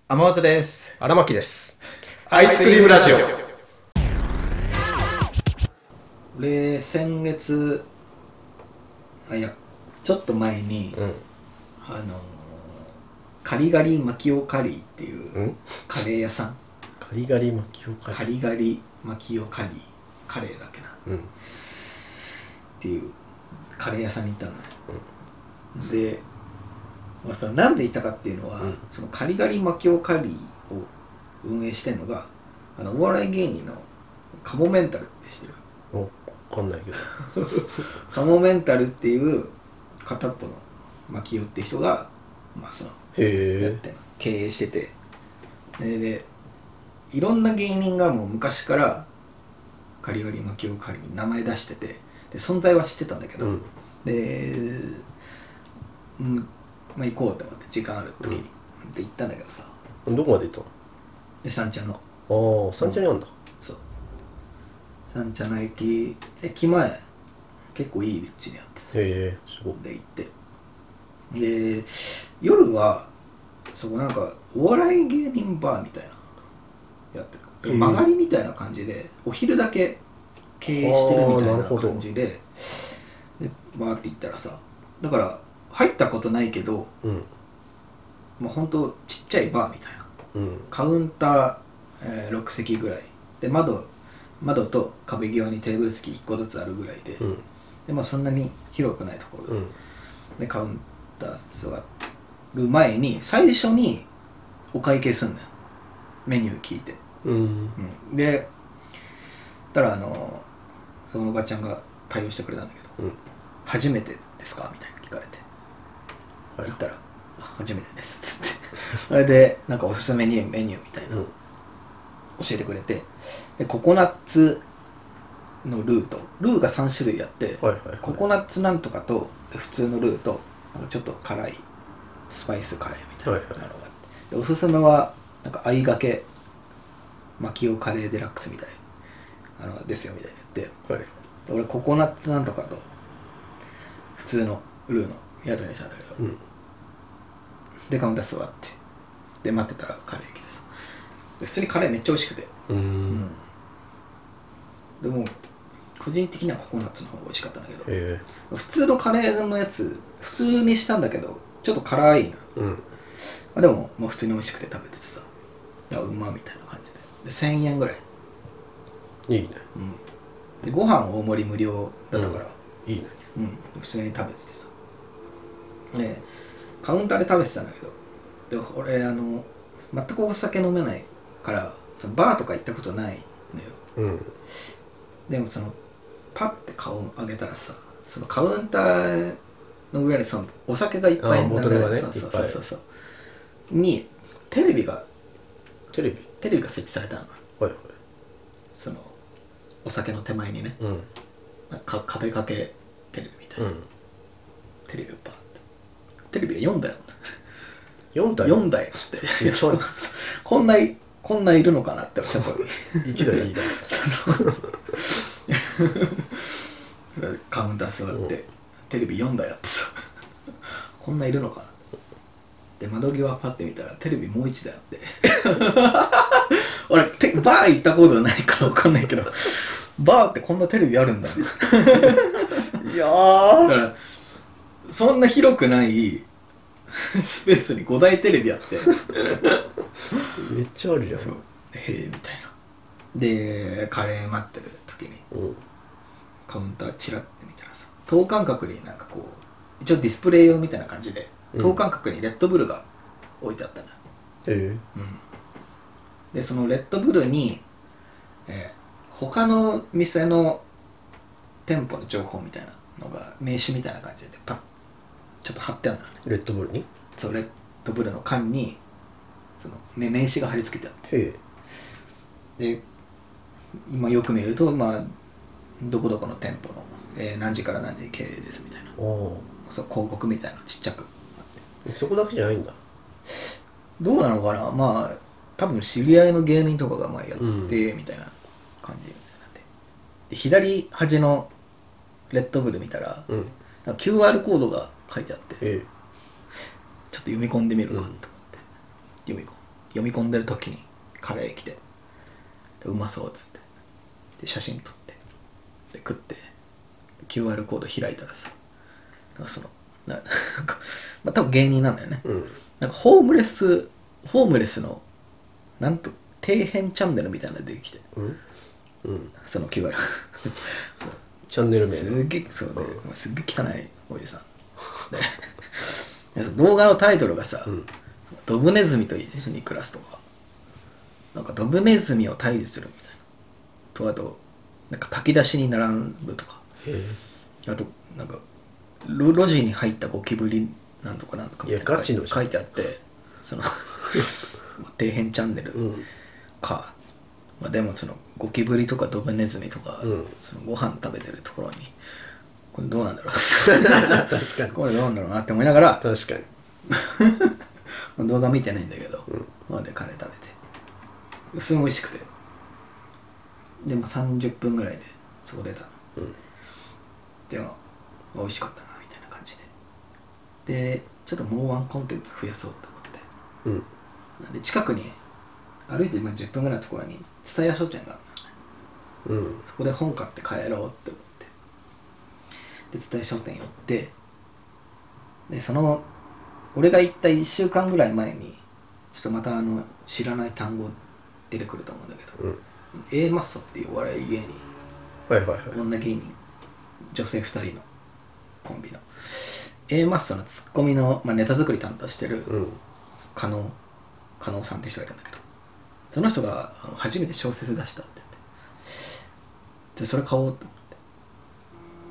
天松です。 荒牧です。 アイスクリームラジオ。 俺先月ちょっと前に、カリガリマキオカリーっていうカレー屋さん、 カリガリマキオカリカリガリマキオカリーカレーだっけな、っていうカレー屋さんに行ったのね、で、そのなんで行ったかっていうのは、そのカリガリマキオカリーを運営してるのがお笑い芸人のカモメンタルって知ってる？ 分かんないけどカモメンタルっていう片っぽのマキオって人がそのやって経営してて、でいろんな芸人がもう昔からカリガリマキオカリに名前出してて、で存在は知ってたんだけど、で行こうと思って時間ある時に、で行ったんだけどさ。 どこまで行ったの？ で三茶の。 ああ、三茶にあるんだ。 そう、三茶の駅前結構いい立地にあってさ。 へえ、すごい。 で行って、で夜はそこなんかお笑い芸人バーみたいなやってる、曲がりみたいな感じでお昼だけ経営してるみたいな感じで、バーって行ったらさ、だから入ったことないけど、もうほんとちっちゃいバーみたいな、カウンター、6席ぐらいで、窓と壁際にテーブル席1個ずつあるぐらいで、でそんなに広くないところで、でカウンター座る前に最初にお会計すんのよ、メニュー聞いて、でたらそのおばちゃんが対応してくれたんだけど、初めてですかみたいな聞かれて、言ったら初めてですっつってそれでなんかおすすめメニューみたいな、教えてくれて、でココナッツのルーが3種類あって、ココナッツなんとかと普通のルーとなんかちょっと辛いスパイスカレーみたいなのがあって、でおすすめはなんか相掛けマキオカレーデラックスみたいですよみたいに言って、で俺ココナッツなんとかと普通のルーのやつにしたんだけど、でカウンター座ってで待ってたらカレー来てさ、で普通にカレーめっちゃ美味しくて、でも個人的にはココナッツの方が美味しかったんだけど、普通のカレーのやつ普通にしたんだけどちょっと辛いな、でももう普通に美味しくて食べててさ、うまみたいな感じで1000円ぐらいいいね。 でご飯大盛り無料だったから、 いいね。 普通に食べててさ、でカウンターで食べてたんだけど、で俺全くお酒飲めないからバーとか行ったことないのよ、でもそのパッて顔を上げたらさ、そのカウンターの裏にそのお酒がいっぱい並んでてさ、そうにテレビが設置されたの、そのお酒の手前にね、壁掛けテレビみたいな、テレビをバーってテレビが4台あるんだ。4台あってこんないるのかなってちょっと 1台いいだカウンター座って、テレビ4台あってさこんないるのかなで窓際パッて見たらテレビもう1台あって俺バー行ったことないから分かんないけどバーってこんなテレビあるんだねいやー、 だからそんな広くないスペースに5台テレビあってめっちゃあるじゃん。 へえみたいな。でカレー待ってる時に、カウンターチラッて見たらさ、等間隔になんかこう一応ディスプレイ用みたいな感じで、等間隔にレッドブルが置いてあったのよ。でそのレッドブルに、他の店の店舗の情報みたいなのが名刺みたいな感じでパッちょっと貼ってあるのよね。 レッドブルに？ そう、レッドブルの缶にその名刺が貼り付けてあって、で今よく見るとどこどこの店舗の、何時から何時経営ですみたいな、そう広告みたいなちっちゃくあって。そこだけじゃないんだ。 どうなのかな、多分知り合いの芸人とかがやってみたいな感じになって、で左端のレッドブル見たら、なんか QR コードが書いてあって、ちょっと読み込んでみるかと思って、読み込む。 読み込んでる時にカレー来て、でうまそうっつって、で写真撮って、で食って QR コード開いたらさ、なんかそのなんかまあ多分芸人なんだよね、 うん。 なんかホームレスのなんと底辺チャンネルみたいなの出てきて、 うん。うん。 その QR チャンネル名すげえそうで、すっげえ汚いおじさんでその動画のタイトルがさ、 うん。 ドブネズミと一緒に暮らすとか、なんかドブネズミを退治するみたいなと、あとなんか炊き出しに並ぶとか、 へえ。 あとなんか路地に入ったゴキブリなんとかなんとかみたいないやガチの書いてあって、その底辺チャンネルうん。 か、まあ、でもそのゴキブリとかドブネズミとか、 うんそのご飯食べてるところにこれどうなんだろう確かに。 これどうなんだろうなって思いながら確かに。 動画見てないんだけど、 うん。 まあでカレー食べて普通に美味しくて、でも30分ぐらいでそこ出たの。 うん。 でも美味しかったなみたいな感じで、でちょっともうワンコンテンツ増やそうと思って、 うん。 なんで近くに歩いて今10分ぐらいのところに蔦屋書店があるのね。 うん。 そこで本買って帰ろうって思って、で蔦屋書店寄って、でその俺が行った1週間ぐらい前にちょっとまた知らない単語出てくると思うんだけど、 うん。 A マッソっていうお笑い芸人、 はいはいはい。 女芸人女性2人のコンビの A マッソのツッコミの、まあ、ネタ作り担当してるうん。 加納さんって人がいるんだけど、その人が初めて小説出したって言って、でそれ買おうと思って、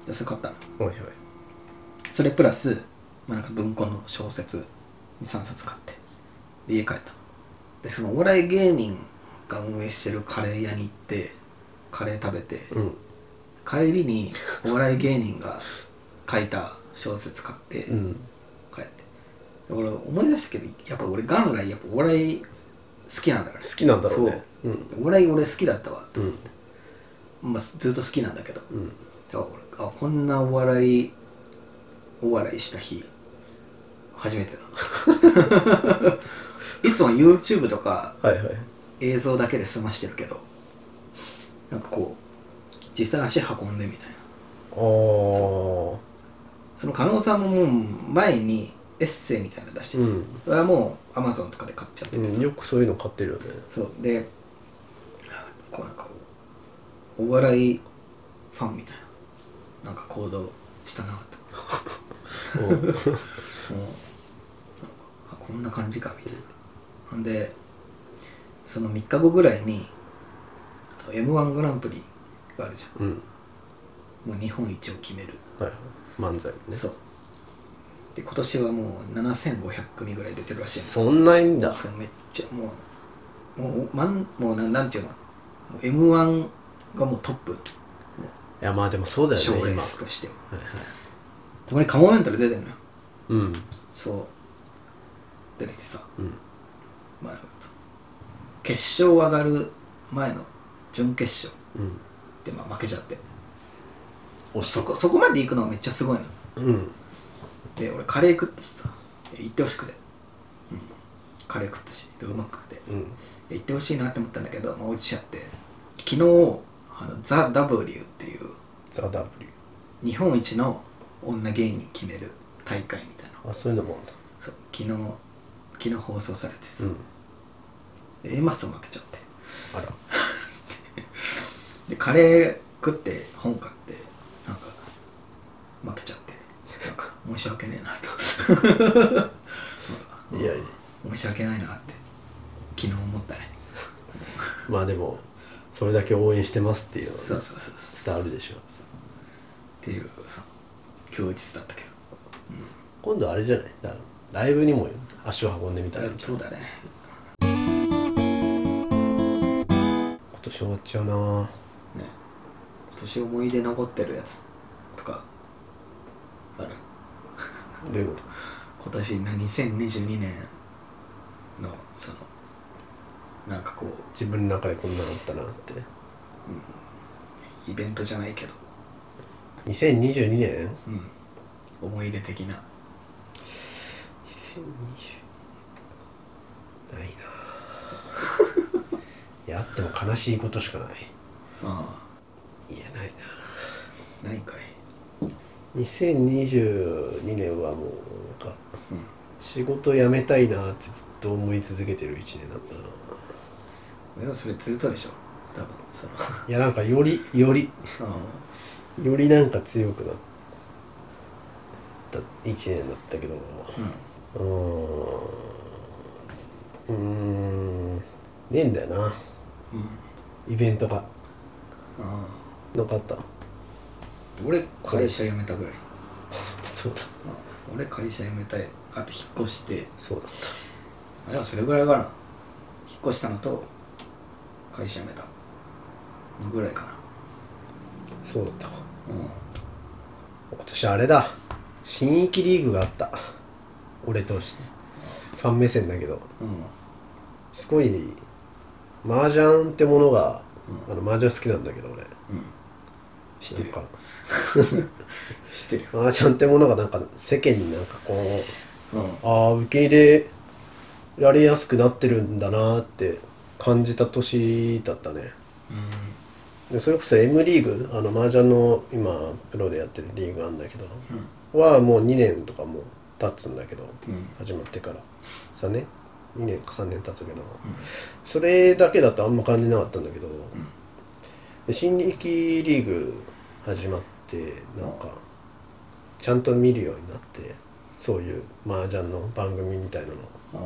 でそれ買ったの。 はいはい。 それプラス、まあ、なんか文庫の小説2、3冊買ってで家帰ったの。でそのお笑い芸人が運営してるカレー屋に行ってカレー食べて、 うん。 帰りにお笑い芸人が書いた小説買ってうん。 帰って、俺思い出したけど、やっぱ俺元来やっぱお笑い好きなんだから、 好きなんだろうね。 そう、 うん。 お笑い俺好きだったわとうん。 思って、まあ、ずっと好きなんだけど、 うん。 だから俺こんなお笑いした日初めてだないつも YouTube とかはいはい。 映像だけで済ましてるけど、なんかこう実際足運んでみたいな。 ああ。 その加納さんももう前にエッセイみたいなの出してて、 うん。 それはもう Amazon とかで買っちゃっててさ、 うん。よくそういうの買ってるよね。 そうでこうなんかこうお笑いファンみたいななんか行動したなってもうなんかこんな感じかみたいな。ほんでその3日後ぐらいにM1 グランプリがあるじゃうん。 ん、もう日本一を決める。 はいはい。漫才ね。 そうで今年はもう7500組ぐらい出てるらしいの。 そんないんだ。 そうめっちゃもうなんていうの、もう M1 がもうトップいやまあでもそうだよね賞レー今。 スとしては。 はいはい。 そこにカモメンタル出てるのよ。 うん。 そう出てきてさ、 うん。 まあ決勝上がる前の準決勝うん。 でまあ負けちゃって、 惜しそこまで行くのはめっちゃすごいのうん。 で、俺カレー食ったしさ、行ってほしくて、カレー食ったしでうまくてうん。 行ってほしいなって思ったんだけど、まあ、落ちちゃって、昨日ザ・ W っていうザ・ W。 日本一の女芸人決める大会みたいな、 あ、そういうのもあるんだ。 そう昨日放送されてさ、 うん。 で A マッソ負けちゃって、 あら。 でカレー食って本買ってなんか負けちゃって、なんか申し訳ねえなといやいや。 申し訳ないなって昨日思ったね。 まあでもそれだけ応援してますっていうのは、ね、 そうそうそうそう伝わるでしょっていうさ今日日だったけど、 今度あれじゃないだからライブにも足を運んでみたらいいんじゃない。 そうだね。 今年終わっちゃうな。 ね、今年思い出残ってるやつとかある？ どういうこ今年2022年のそのなんかこうと？自分の中でこんなのあったなって。 イベントじゃないけど、 2022年思い出的な。 2020ないな。 でも悲しいことしかない。 あ言えないあないかい。 な。2022年はもうなんか仕事辞めたいなってずっと思い続けてる1年だったな。 でもそれずっとでしょ多分そのいやなんかよりなんか強くなった1年だったけど、ねえんだよな、イベントがなかった。 俺会社辞めたぐらい。 そうだ、 俺会社辞めたい。あと引っ越して。 そうだっでもそれぐらいかな。引っ越したのと会社辞めたのぐらいかな。 そうだったわ。今年あれだ、新域リーグがあった。俺としてファン目線だけど、すごい麻雀ってものが、麻雀好きなんだけど俺、 知ってるよ。知ってるよ。 麻雀ってものがなんか世間になんかこう、受け入れられやすくなってるんだなって感じた年だったね。でそれこそ M リーグ、麻雀の今プロでやってるリーグなんだけど、はもう2年とかも経つんだけど、始まってから3年2年か3年経つけど、それだけだとあんま感じなかったんだけど、で新域リーグ始まってなんかちゃんと見るようになって、そういう麻雀の番組みたいな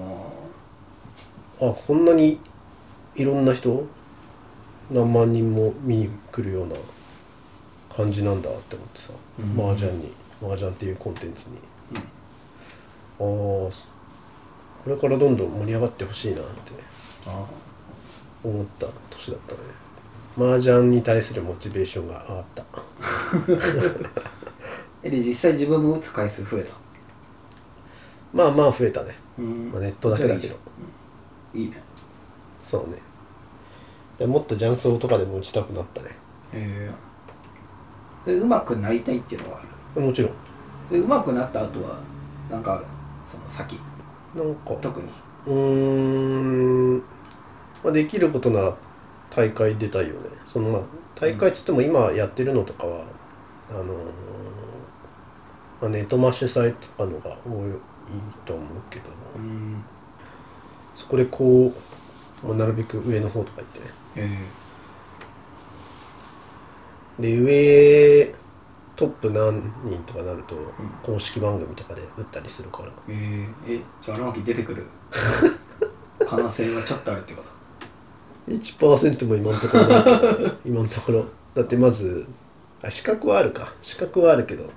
の、こんなにいろんな人何万人も見に来るような感じなんだって思ってさ、麻雀っていうコンテンツに、これからどんどん盛り上がってほしいなって思った年だったね。麻雀に対するモチベーションが上がったで実際自分も打つ回数増えた。 まあ増えたね、ネットだけだけど。 いいね。 そうね。でもっと雀荘とかでも打ちたくなったね。 うまくなりたいっていうのはある？ もちろん。 うまくなった後はなんかある？その先なんか特にできることなら大会出たいよね。大会っつっても今やってるのとかはネトマ主催とかのが多いと思うけど、そこでこうなるべく上の方とか行ってね、で上トップ何人とかなると公式番組とかで打ったりするから、 じゃあ荒牧出てくる可能性はちょっとあるってこと？ 1% も今のところないけど今のところだってまず資格はあるけど、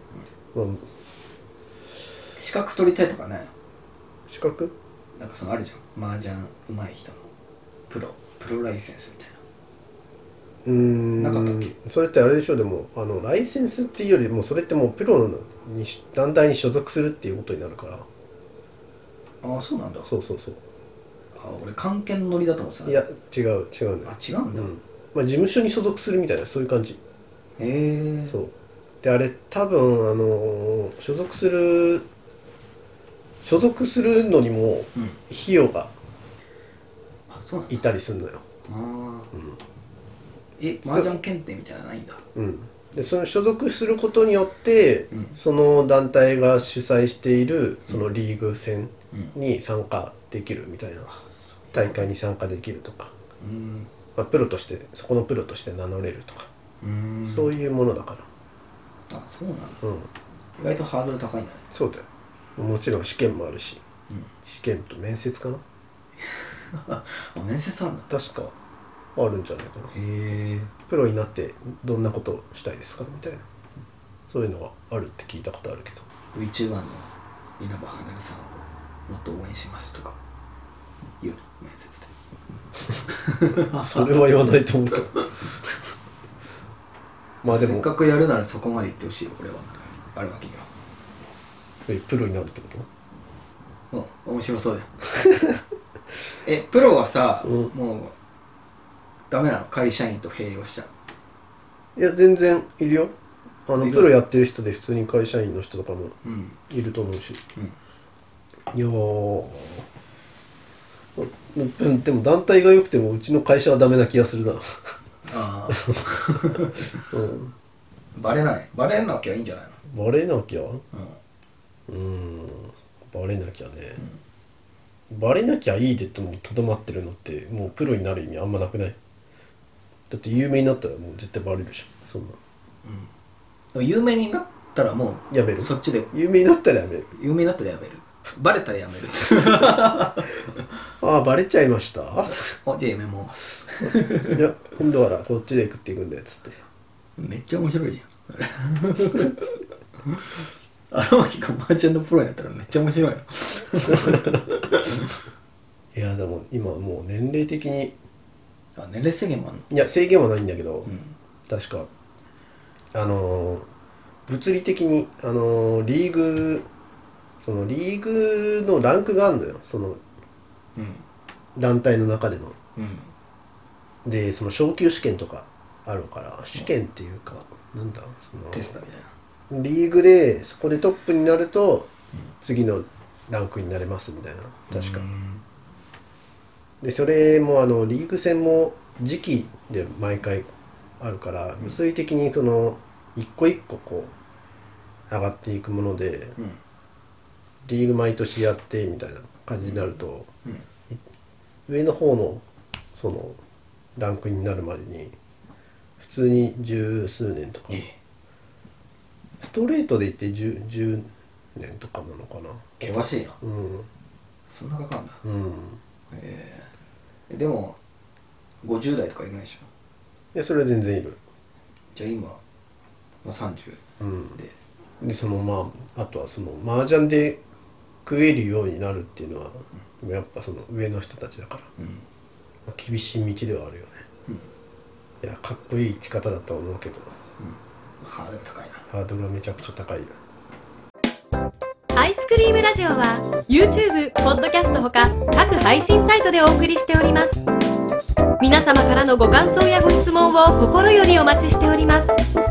資格取りたいとかないの？ 資格なんかそのあるじゃん、麻雀上手い人のプロライセンスみたいな。なかったっけ？ それってあれでしょ。でもライセンスっていうよりもそれってもうプロに団体に所属するっていうことになるから。 そうなんだ。 そう俺関係のノリだと思ってた。 いや違うんだよ。 違うんだ。 事務所に所属するみたいな、そういう感じ。そうで、あれ多分所属するのにも費用がいたりするのよ。 麻雀検定みたいなのないんだ。 でその所属することによって、その団体が主催しているそのリーグ戦に参加できるみたいな、大会に参加できるとか、プロとしてそこのプロとして名乗れるとか、そういうものだから。 そうなんだ。意外とハードル高いんだね。 そうだよ。もちろん試験もあるし、試験と面接かな面接あるんだ。 確かあるんじゃないかな。プロになってどんなことをしたいですかみたいな、そういうのがあるって聞いたことあるけど。 VTuber の稲葉花さんをもっと応援しますとか言うの、面接でそれは言わないと思うけどでもせっかくやるならそこまで言ってほしいよ、俺は。あるわけには。 プロになるってこ面白そうじゃんプロはさ、もうダメなの？会社員と併用しちゃう？ いや全然いるよ。プロやってる人で普通に会社員の人とかもいると思うし、いやでも団体が良くてもうちの会社はダメな気がするな。 ああうん、 バレなきゃいいんじゃないの。 バレなきゃ、 うん、 バレなきゃね、バレなきゃいいでともとどまってるのってもうプロになる意味あんまなくない？だって有名になったらもう絶対バレるじゃんそんな。 でも有名になったらもうやめる。 そっちで有名になったらやめる。 有名になったらやめる。バレたらやめる。 ああバレちゃいました。 おじゃあやめます。 いや今度はこっちで食っていくんだよっつって。 めっちゃ面白いじゃん。荒牧がマージャンのプロになったらめっちゃ面白いよ。 いやでも今もう年齢的に年齢制限もあるの？ いや制限はないんだけど、 うん、 確か物理的にリーグのランクがあるのよその、団体の中での、でその昇級試験とかあるから試験っていうかなんだそのテストみたいなリーグでそこでトップになると、次のランクになれますみたいな確か、でそれもリーグ戦も時期で毎回あるから物理的にその一個一個こう上がっていくもので、リーグ毎年やってみたいな感じになると、上の方のそのランクになるまでに普通に十数年とか、ストレートで言って10年とかなのかな。 険しいな。そんなかかんだ。でも50代とかいないでしょ。 いやそれは全然いる。 じゃあ今、30で、 でそのあとはその麻雀で食えるようになるっていうのは、やっぱその上の人たちだから、厳しい道ではあるよね、いやかっこいい生き方だとは思うけど、 ハードル高いな。 ハードルはめちゃくちゃ高いよ。 アイスクリームラジオは YouTube、ポッドキャストほか各配信サイトでお送りしております。皆様からのご感想やご質問を心よりお待ちしております。